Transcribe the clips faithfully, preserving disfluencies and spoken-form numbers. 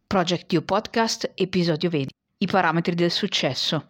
Project You Podcast, episodio venti. I parametri del successo.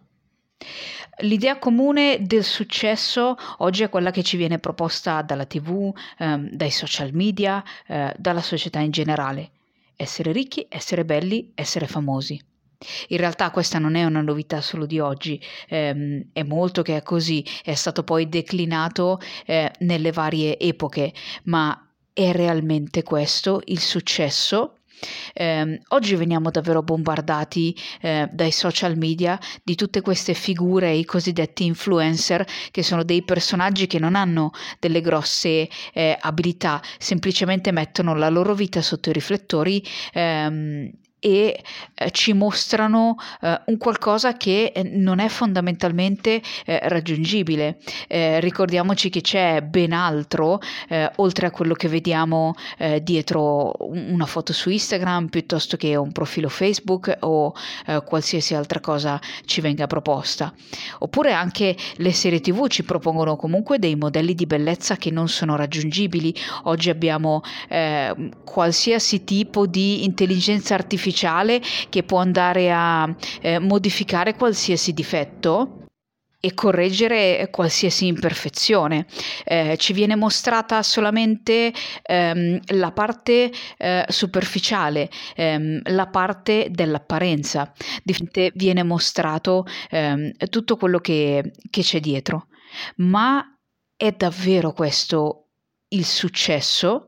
L'idea comune del successo oggi è quella che ci viene proposta dalla tivù, ehm, dai social media, eh, dalla società in generale. Essere ricchi, essere belli, essere famosi. In realtà questa non è una novità solo di oggi, ehm, è molto che è così, è stato poi declinato eh, nelle varie epoche, ma è realmente questo il successo? Eh, oggi veniamo davvero bombardati eh, dai social media di tutte queste figure, i cosiddetti influencer, che sono dei personaggi che non hanno delle grosse eh, abilità, semplicemente mettono la loro vita sotto i riflettori ehm, e eh, ci mostrano eh, un qualcosa che eh, non è fondamentalmente eh, raggiungibile. Eh, ricordiamoci che c'è ben altro eh, oltre a quello che vediamo eh, dietro una foto su Instagram piuttosto che un profilo Facebook o eh, qualsiasi altra cosa ci venga proposta. Oppure anche le serie tivù ci propongono comunque dei modelli di bellezza che non sono raggiungibili. Oggi abbiamo eh, qualsiasi tipo di intelligenza artificiale che può andare a eh, modificare qualsiasi difetto e correggere qualsiasi imperfezione. Eh, ci viene mostrata solamente ehm, la parte eh, superficiale, ehm, la parte dell'apparenza. Di fronte viene mostrato ehm, tutto quello che, che c'è dietro. Ma è davvero questo il successo?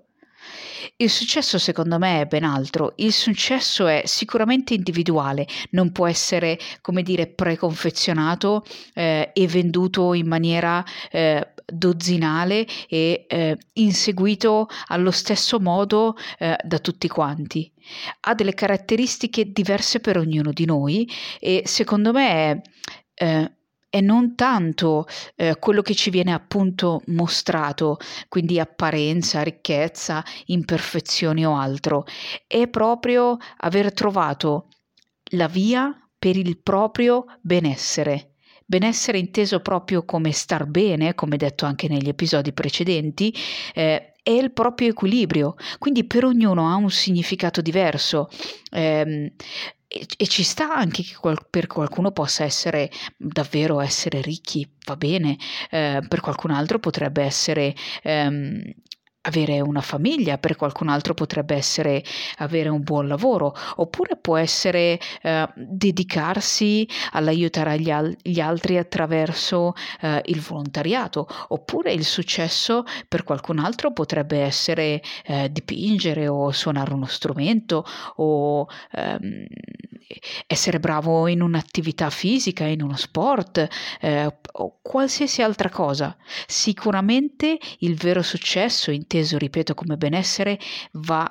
Il successo secondo me è ben altro. Il successo è sicuramente individuale, non può essere, come dire, preconfezionato eh, e venduto in maniera eh, dozzinale e eh, inseguito allo stesso modo eh, da tutti quanti. Ha delle caratteristiche diverse per ognuno di noi e secondo me è eh, e non tanto eh, quello che ci viene appunto mostrato, quindi apparenza, ricchezza, imperfezioni o altro, è proprio aver trovato la via per il proprio benessere. Benessere inteso proprio come star bene, come detto anche negli episodi precedenti, eh, è il proprio equilibrio, quindi per ognuno ha un significato diverso. Ehm, e, e ci sta anche che qual- per qualcuno possa essere davvero essere ricchi, va bene, eh, per qualcun altro potrebbe essere ehm, avere una famiglia, per qualcun altro potrebbe essere avere un buon lavoro, oppure può essere eh, dedicarsi all'aiutare gli, al- gli altri attraverso eh, il volontariato, oppure il successo per qualcun altro potrebbe essere eh, dipingere o suonare uno strumento o ehm, essere bravo in un'attività fisica, in uno sport eh, o qualsiasi altra cosa. Sicuramente il vero successo, inteso, ripeto, come benessere, va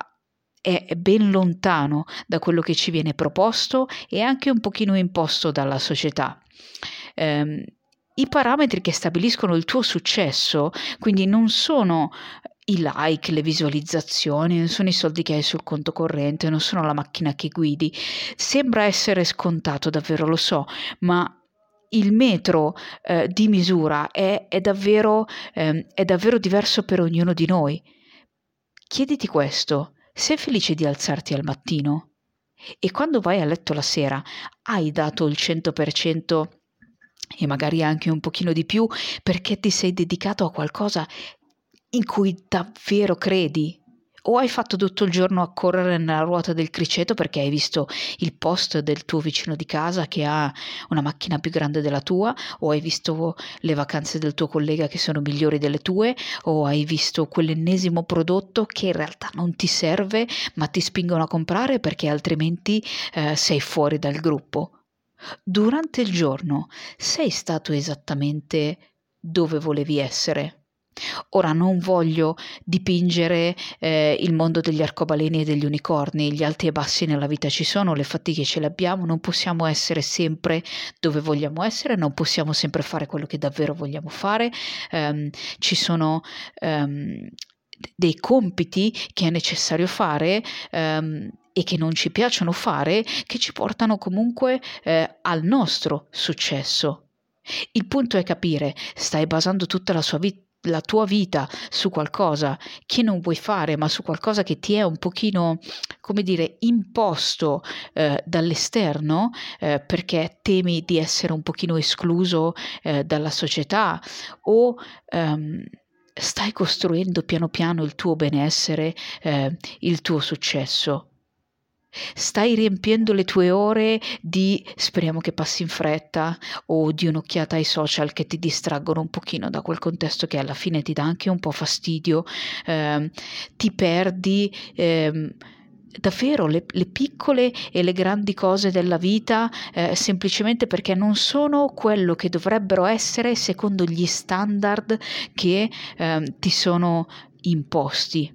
è ben lontano da quello che ci viene proposto e anche un pochino imposto dalla società. Ehm, I parametri che stabiliscono il tuo successo, quindi non sono i like, le visualizzazioni, non sono i soldi che hai sul conto corrente, non sono la macchina che guidi. Sembra essere scontato, davvero lo so, ma il metro eh, di misura è, è davvero, ehm, è davvero diverso per ognuno di noi. Chiediti questo: sei felice di alzarti al mattino? E quando vai a letto la sera, hai dato il cento per cento e magari anche un pochino di più perché ti sei dedicato a qualcosa in cui davvero credi? O hai fatto tutto il giorno a correre nella ruota del criceto perché hai visto il post del tuo vicino di casa che ha una macchina più grande della tua, o hai visto le vacanze del tuo collega che sono migliori delle tue, o hai visto quell'ennesimo prodotto che in realtà non ti serve ma ti spingono a comprare perché altrimenti eh, sei fuori dal gruppo. Durante il giorno sei stato esattamente dove volevi essere? Ora non voglio dipingere eh, il mondo degli arcobaleni e degli unicorni, gli alti e bassi nella vita ci sono, le fatiche ce le abbiamo, non possiamo essere sempre dove vogliamo essere, non possiamo sempre fare quello che davvero vogliamo fare, ehm, ci sono ehm, dei compiti che è necessario fare ehm, e che non ci piacciono fare, che ci portano comunque eh, al nostro successo. Il punto è capire, stai basando tutta la sua vita la tua vita su qualcosa che non vuoi fare, ma su qualcosa che ti è un pochino, come dire, imposto eh, dall'esterno, eh, perché temi di essere un pochino escluso eh, dalla società, o ehm, stai costruendo piano piano il tuo benessere, eh, il tuo successo. Stai riempiendo le tue ore di speriamo che passi in fretta o di un'occhiata ai social che ti distraggono un pochino da quel contesto che alla fine ti dà anche un po' fastidio, ehm, ti perdi ehm, davvero le, le piccole e le grandi cose della vita eh, semplicemente perché non sono quello che dovrebbero essere secondo gli standard che ehm, ti sono imposti.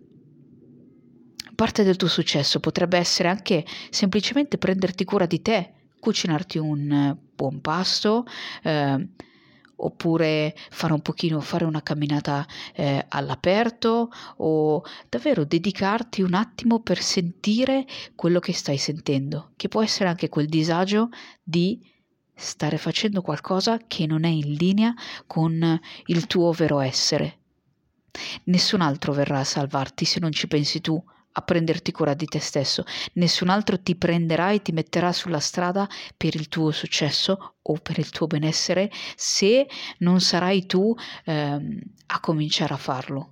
Parte del tuo successo potrebbe essere anche semplicemente prenderti cura di te, cucinarti un eh, buon pasto, eh, oppure fare un pochino, fare una camminata eh, all'aperto, o davvero dedicarti un attimo per sentire quello che stai sentendo, che può essere anche quel disagio di stare facendo qualcosa che non è in linea con il tuo vero essere. Nessun altro verrà a salvarti se non ci pensi tu a prenderti cura di te stesso. Nessun altro ti prenderà e ti metterà sulla strada per il tuo successo o per il tuo benessere se non sarai tu ehm, a cominciare a farlo.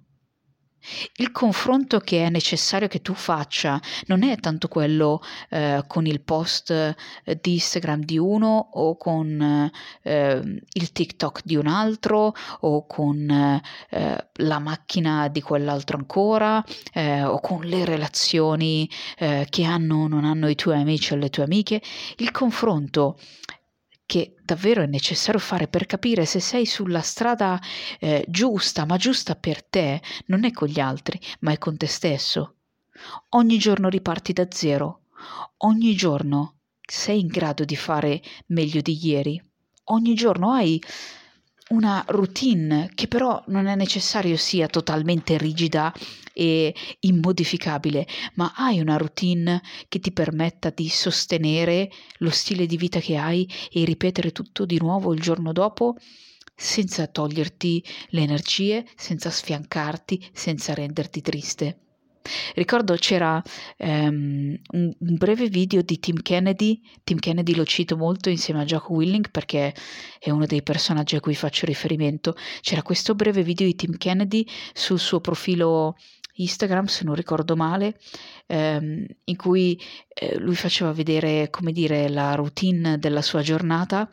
Il confronto che è necessario che tu faccia non è tanto quello eh, con il post eh, di Instagram di uno o con eh, il TikTok di un altro o con eh, la macchina di quell'altro ancora eh, o con le relazioni eh, che hanno o non hanno i tuoi amici o le tue amiche. Il confronto che davvero è necessario fare per capire se sei sulla strada eh, giusta, ma giusta per te, non è con gli altri, ma è con te stesso. Ogni giorno riparti da zero, ogni giorno sei in grado di fare meglio di ieri, ogni giorno hai una routine che però non è necessario sia totalmente rigida e immodificabile, ma hai una routine che ti permetta di sostenere lo stile di vita che hai e ripetere tutto di nuovo il giorno dopo senza toglierti le energie, senza sfiancarti, senza renderti triste. Ricordo c'era ehm, un, un breve video di Tim Kennedy. Tim Kennedy lo cito molto insieme a Jocko Willing perché è uno dei personaggi a cui faccio riferimento. C'era questo breve video di Tim Kennedy sul suo profilo Instagram, se non ricordo male, ehm, in cui eh, lui faceva vedere, come dire, la routine della sua giornata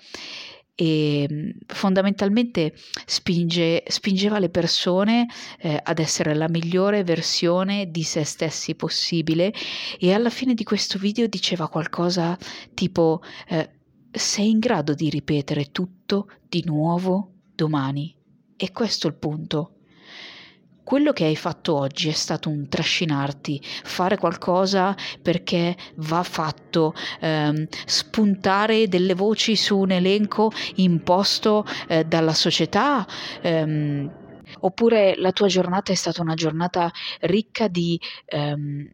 e fondamentalmente spinge, spingeva le persone eh, ad essere la migliore versione di se stessi possibile, e alla fine di questo video diceva qualcosa tipo eh, sei in grado di ripetere tutto di nuovo domani. E questo è il punto. Quello che hai fatto oggi è stato un trascinarti, fare qualcosa perché va fatto, ehm, spuntare delle voci su un elenco imposto eh, dalla società, ehm, oppure la tua giornata è stata una giornata ricca di... ehm,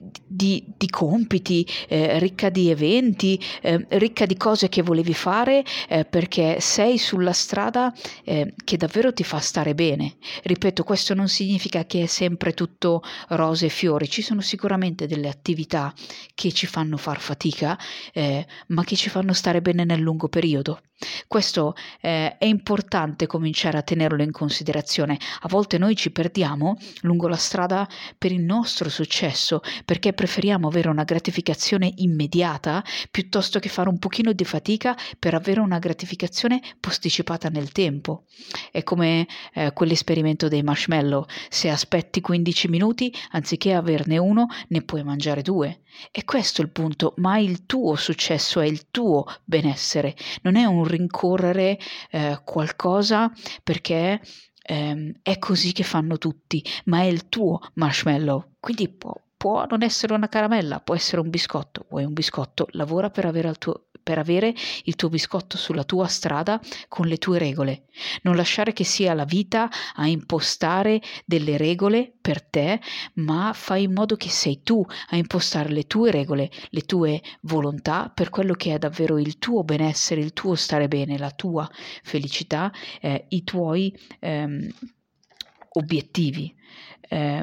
di, di compiti, eh, ricca di eventi, eh, ricca di cose che volevi fare eh, perché sei sulla strada eh, che davvero ti fa stare bene. Ripeto, questo non significa che è sempre tutto rose e fiori, ci sono sicuramente delle attività che ci fanno far fatica, eh, ma che ci fanno stare bene nel lungo periodo. Questo eh, è importante cominciare a tenerlo in considerazione. A volte noi ci perdiamo lungo la strada per il nostro successo, perché preferiamo avere una gratificazione immediata piuttosto che fare un pochino di fatica per avere una gratificazione posticipata nel tempo. È come eh, quell'esperimento dei marshmallow: se aspetti quindici minuti, anziché averne uno, ne puoi mangiare due. E questo è il punto, ma il tuo successo è il tuo benessere, non è un rincorrere eh, qualcosa perché ehm, è così che fanno tutti, ma è il tuo marshmallow. Quindi può, può non essere una caramella, può essere un biscotto. Vuoi un biscotto? Lavora per avere il tuo per avere il tuo biscotto sulla tua strada con le tue regole. Non lasciare che sia la vita a impostare delle regole per te, ma fai in modo che sei tu a impostare le tue regole, le tue volontà per quello che è davvero il tuo benessere, il tuo stare bene, la tua felicità, eh, i tuoi... Ehm, obiettivi. Eh,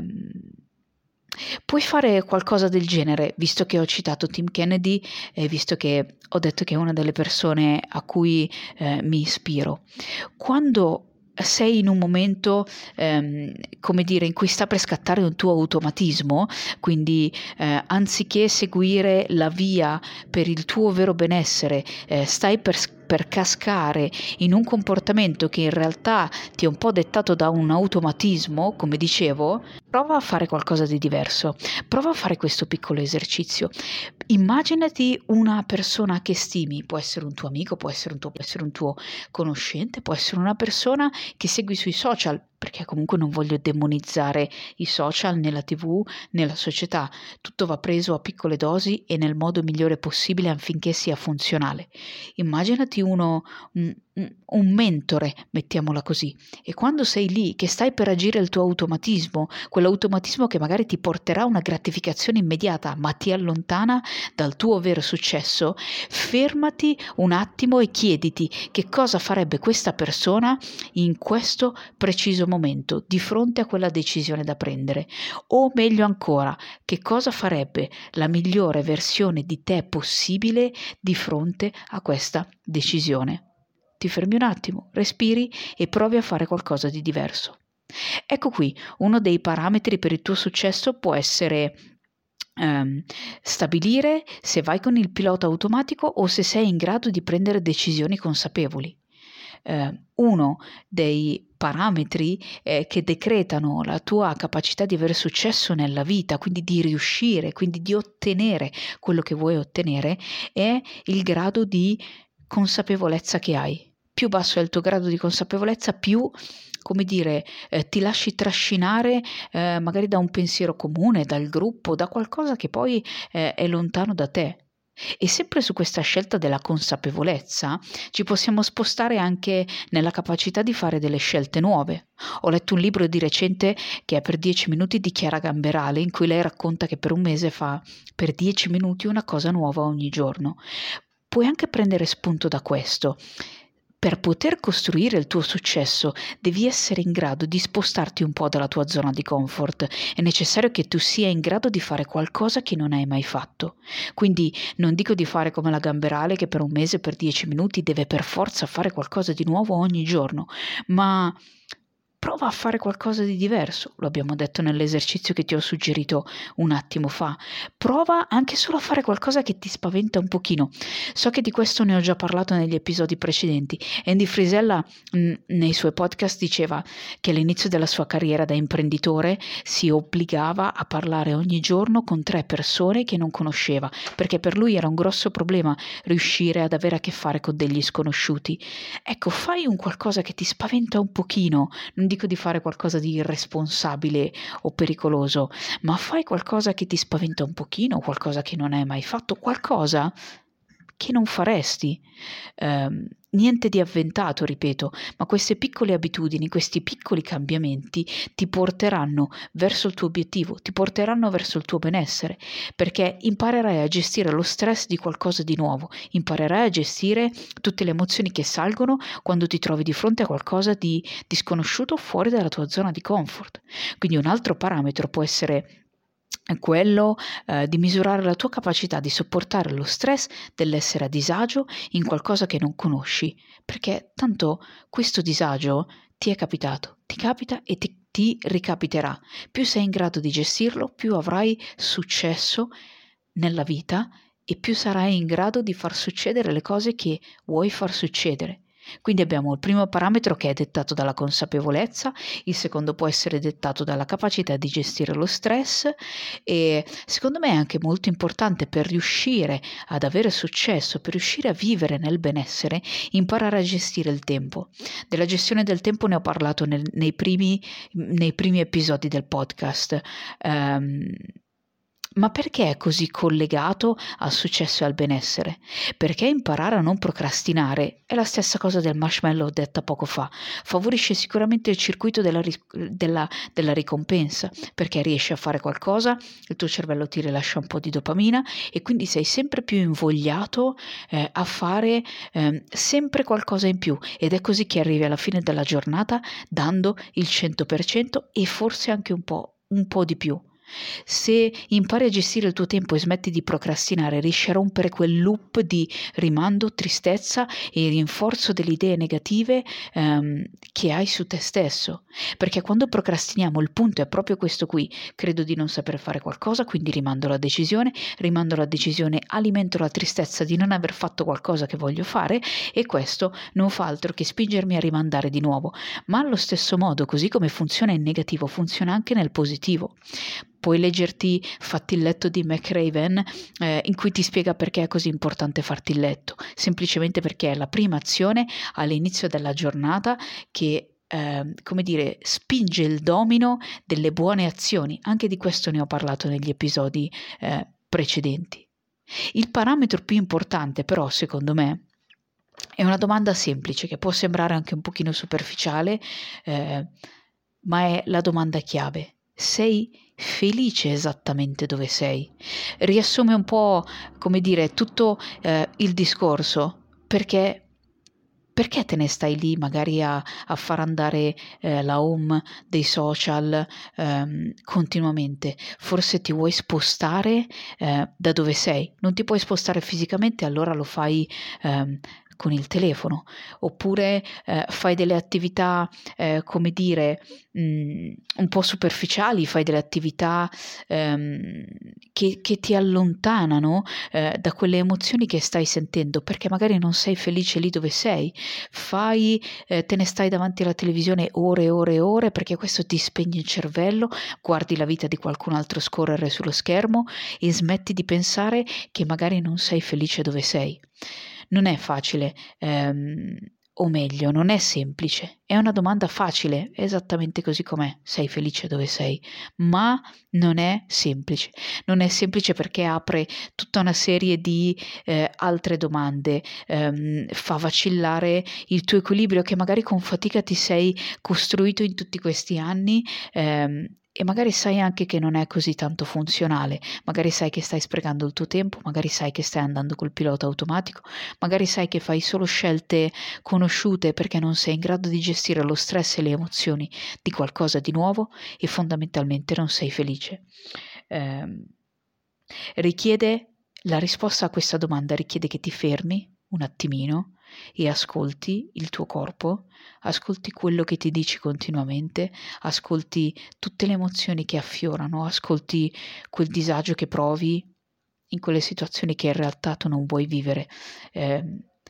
puoi fare qualcosa del genere, visto che ho citato Tim Kennedy e visto che ho detto che è una delle persone a cui eh, mi ispiro. Quando sei in un momento, ehm, come dire, in cui sta per scattare un tuo automatismo, quindi eh, anziché seguire la via per il tuo vero benessere, eh, stai per, per cascare in un comportamento che in realtà ti è un po' dettato da un automatismo, come dicevo, prova a fare qualcosa di diverso, prova a fare questo piccolo esercizio. Immaginati una persona che stimi, può essere un tuo amico, può essere un tuo, può essere un tuo conoscente, può essere una persona che segui sui social, perché comunque non voglio demonizzare i social nella tivù, nella società, tutto va preso a piccole dosi e nel modo migliore possibile affinché sia funzionale. Immaginati uno, un, un mentore, mettiamola così, e quando sei lì che stai per agire il tuo automatismo, quell'automatismo che magari ti porterà una gratificazione immediata ma ti allontana dal tuo vero successo, fermati un attimo e chiediti che cosa farebbe questa persona in questo preciso momento di fronte a quella decisione da prendere, o meglio ancora, che cosa farebbe la migliore versione di te possibile di fronte a questa decisione. Ti fermi un attimo, respiri e provi a fare qualcosa di diverso. Ecco qui, uno dei parametri per il tuo successo può essere Um, stabilire se vai con il pilota automatico o se sei in grado di prendere decisioni consapevoli. Uh, uno dei parametri eh, che decretano la tua capacità di avere successo nella vita, quindi di riuscire, quindi di ottenere quello che vuoi ottenere, è il grado di consapevolezza che hai. Più basso è il tuo grado di consapevolezza, più, come dire, eh, ti lasci trascinare eh, magari da un pensiero comune, dal gruppo, da qualcosa che poi eh, è lontano da te. E sempre su questa scelta della consapevolezza ci possiamo spostare anche nella capacità di fare delle scelte nuove. Ho letto un libro di recente che è Per dieci minuti di Chiara Gamberale, in cui lei racconta che per un mese fa per dieci minuti una cosa nuova ogni giorno. Puoi anche prendere spunto da questo. Per poter costruire il tuo successo devi essere in grado di spostarti un po' dalla tua zona di comfort. È necessario che tu sia in grado di fare qualcosa che non hai mai fatto. Quindi non dico di fare come la Gamberale che per un mese, per dieci minuti deve per forza fare qualcosa di nuovo ogni giorno, ma prova a fare qualcosa di diverso, lo abbiamo detto nell'esercizio che ti ho suggerito un attimo fa. Prova anche solo a fare qualcosa che ti spaventa un pochino. So che di questo ne ho già parlato negli episodi precedenti. Andy Frisella mh, nei suoi podcast diceva che all'inizio della sua carriera da imprenditore si obbligava a parlare ogni giorno con tre persone che non conosceva, perché per lui era un grosso problema riuscire ad avere a che fare con degli sconosciuti. Ecco, fai un qualcosa che ti spaventa un pochino, non dico di fare qualcosa di irresponsabile o pericoloso, ma fai qualcosa che ti spaventa un pochino, qualcosa che non hai mai fatto, qualcosa che non faresti. Um, niente di avventato, ripeto, ma queste piccole abitudini, questi piccoli cambiamenti ti porteranno verso il tuo obiettivo, ti porteranno verso il tuo benessere, perché imparerai a gestire lo stress di qualcosa di nuovo, imparerai a gestire tutte le emozioni che salgono quando ti trovi di fronte a qualcosa di, di sconosciuto fuori dalla tua zona di comfort. Quindi un altro parametro può essere quello eh, di misurare la tua capacità di sopportare lo stress dell'essere a disagio in qualcosa che non conosci, perché tanto questo disagio ti è capitato, ti capita e ti, ti ricapiterà. Più sei in grado di gestirlo, più avrai successo nella vita e più sarai in grado di far succedere le cose che vuoi far succedere. Quindi abbiamo il primo parametro che è dettato dalla consapevolezza, il secondo può essere dettato dalla capacità di gestire lo stress e secondo me è anche molto importante per riuscire ad avere successo, per riuscire a vivere nel benessere, imparare a gestire il tempo. Della gestione del tempo ne ho parlato nel, nei, primi, nei primi episodi del podcast. Um, Ma perché è così collegato al successo e al benessere? Perché imparare a non procrastinare è la stessa cosa del marshmallow detta poco fa. Favorisce sicuramente il circuito della, della, della ricompensa, perché riesci a fare qualcosa, il tuo cervello ti rilascia un po' di dopamina e quindi sei sempre più invogliato eh, a fare eh, sempre qualcosa in più, ed è così che arrivi alla fine della giornata dando il cento per cento e forse anche un po', un po' di più. Se impari a gestire il tuo tempo e smetti di procrastinare, riesci a rompere quel loop di rimando, tristezza e rinforzo delle idee negative ehm, che hai su te stesso. Perché quando procrastiniamo il punto è proprio questo qui: credo di non saper fare qualcosa, quindi rimando la decisione, rimando la decisione, alimento la tristezza di non aver fatto qualcosa che voglio fare, e questo non fa altro che spingermi a rimandare di nuovo. Ma allo stesso modo, così come funziona in negativo, funziona anche nel positivo. Puoi leggerti Fatti il letto di McRaven, eh, in cui ti spiega perché è così importante farti il letto, semplicemente perché è la prima azione all'inizio della giornata che, eh, come dire, spinge il domino delle buone azioni. Anche di questo ne ho parlato negli episodi eh, precedenti. Il parametro più importante però, secondo me, è una domanda semplice che può sembrare anche un pochino superficiale, eh, ma è la domanda chiave: sei felice esattamente dove sei? Riassume un po', come dire, tutto eh, il discorso, perché perché te ne stai lì magari a, a far andare eh, la home dei social ehm, continuamente? Forse ti vuoi spostare eh, da dove sei? Non ti puoi spostare fisicamente, allora lo fai ehm, con il telefono, oppure eh, fai delle attività, eh, come dire, mh, un po' superficiali, fai delle attività ehm, che, che ti allontanano eh, da quelle emozioni che stai sentendo, perché magari non sei felice lì dove sei. Fai, eh, te ne stai davanti alla televisione ore e ore e ore perché questo ti spegne il cervello, guardi la vita di qualcun altro scorrere sullo schermo e smetti di pensare che magari non sei felice dove sei. Non è facile, ehm, o meglio, non è semplice. È una domanda facile, esattamente così com'è: sei felice dove sei? Ma non è semplice. Non è semplice perché apre tutta una serie di eh, altre domande, ehm, fa vacillare il tuo equilibrio che magari con fatica ti sei costruito in tutti questi anni, ehm, e magari sai anche che non è così tanto funzionale, magari sai che stai sprecando il tuo tempo, magari sai che stai andando col pilota automatico, magari sai che fai solo scelte conosciute perché non sei in grado di gestire lo stress e le emozioni di qualcosa di nuovo e fondamentalmente non sei felice. Eh, richiede la risposta a questa domanda richiede che ti fermi un attimino e ascolti il tuo corpo, ascolti quello che ti dici continuamente, ascolti tutte le emozioni che affiorano, ascolti quel disagio che provi in quelle situazioni che in realtà tu non vuoi vivere. Eh,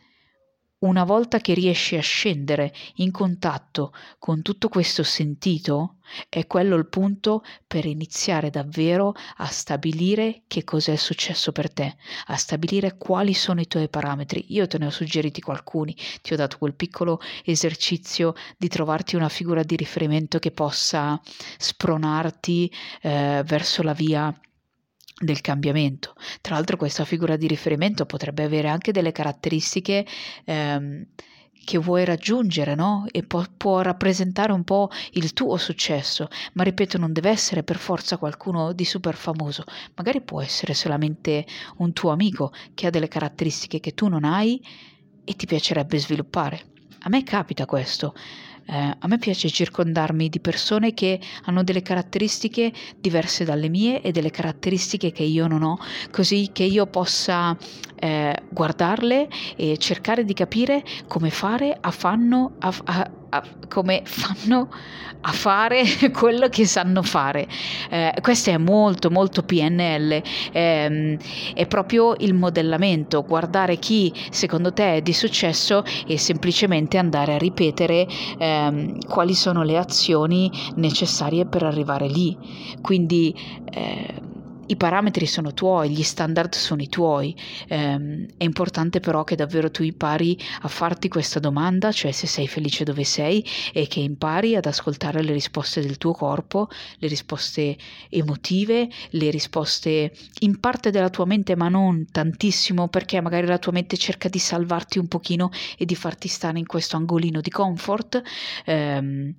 una volta che riesci a scendere in contatto con tutto questo sentito, è quello il punto per iniziare davvero a stabilire che cos'è successo per te, a stabilire quali sono i tuoi parametri. Io te ne ho suggeriti alcuni, ti ho dato quel piccolo esercizio di trovarti una figura di riferimento che possa spronarti eh, verso la via del cambiamento. Tra l'altro questa figura di riferimento potrebbe avere anche delle caratteristiche ehm, che vuoi raggiungere, no? E può, può rappresentare un po' il tuo successo, ma ripeto, non deve essere per forza qualcuno di super famoso, magari può essere solamente un tuo amico che ha delle caratteristiche che tu non hai e ti piacerebbe sviluppare. A me capita questo. Eh, a me piace circondarmi di persone che hanno delle caratteristiche diverse dalle mie e delle caratteristiche che io non ho, così che io possa eh, guardarle e cercare di capire come fare a fanno a, a, a, come fanno a fare quello che sanno fare. Eh, questo è molto molto P N L, ehm, è proprio il modellamento, guardare chi secondo te è di successo e semplicemente andare a ripetere ehm, quali sono le azioni necessarie per arrivare lì. Quindi eh, I parametri sono tuoi, gli standard sono i tuoi, ehm, è importante però che davvero tu impari a farti questa domanda, cioè se sei felice dove sei, e che impari ad ascoltare le risposte del tuo corpo, le risposte emotive, le risposte in parte della tua mente, ma non tantissimo, perché magari la tua mente cerca di salvarti un pochino e di farti stare in questo angolino di comfort, ehm,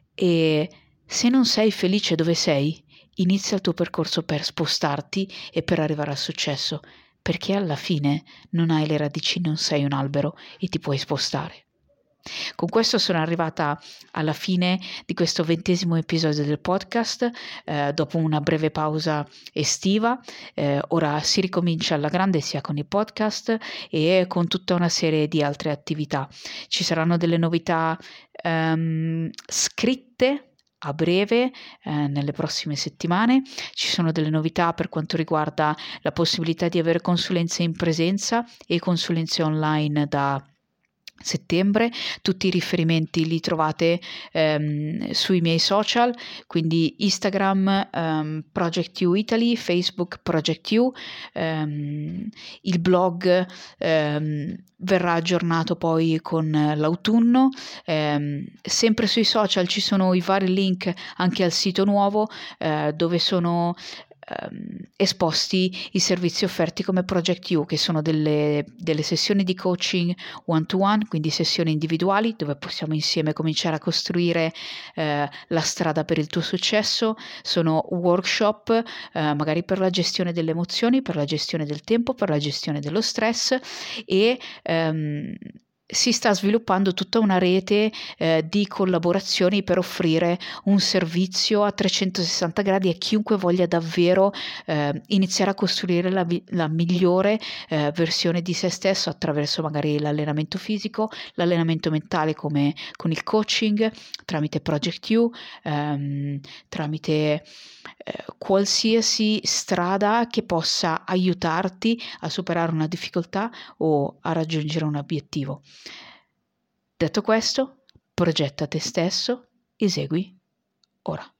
e se non sei felice dove sei, inizia il tuo percorso per spostarti e per arrivare al successo, perché alla fine non hai le radici, non sei un albero e ti puoi spostare. Con questo sono arrivata alla fine di questo ventesimo episodio del podcast, eh, dopo una breve pausa estiva. Eh, ora si ricomincia alla grande sia con i podcast e con tutta una serie di altre attività. Ci saranno delle novità ehm, scritte a breve, eh, nelle prossime settimane. Ci sono delle novità per quanto riguarda la possibilità di avere consulenze in presenza e consulenze online da settembre. Tutti i riferimenti li trovate ehm, sui miei social, quindi Instagram ehm, Project You Italy, Facebook Project You, ehm, il blog ehm, verrà aggiornato poi con l'autunno, ehm, sempre sui social ci sono i vari link anche al sito nuovo, eh, dove sono ehm, esposti i servizi offerti come Project You, che sono delle, delle sessioni di coaching one to one, quindi sessioni individuali dove possiamo insieme cominciare a costruire eh, la strada per il tuo successo. Sono workshop eh, magari per la gestione delle emozioni, per la gestione del tempo, per la gestione dello stress, e ehm, si sta sviluppando tutta una rete eh, di collaborazioni per offrire un servizio a trecentosessanta gradi a chiunque voglia davvero eh, iniziare a costruire la, vi- la migliore eh, versione di se stesso attraverso magari l'allenamento fisico, l'allenamento mentale come con il coaching, tramite Project You, ehm, tramite eh, qualsiasi strada che possa aiutarti a superare una difficoltà o a raggiungere un obiettivo. Detto questo, progetta te stesso, esegui ora.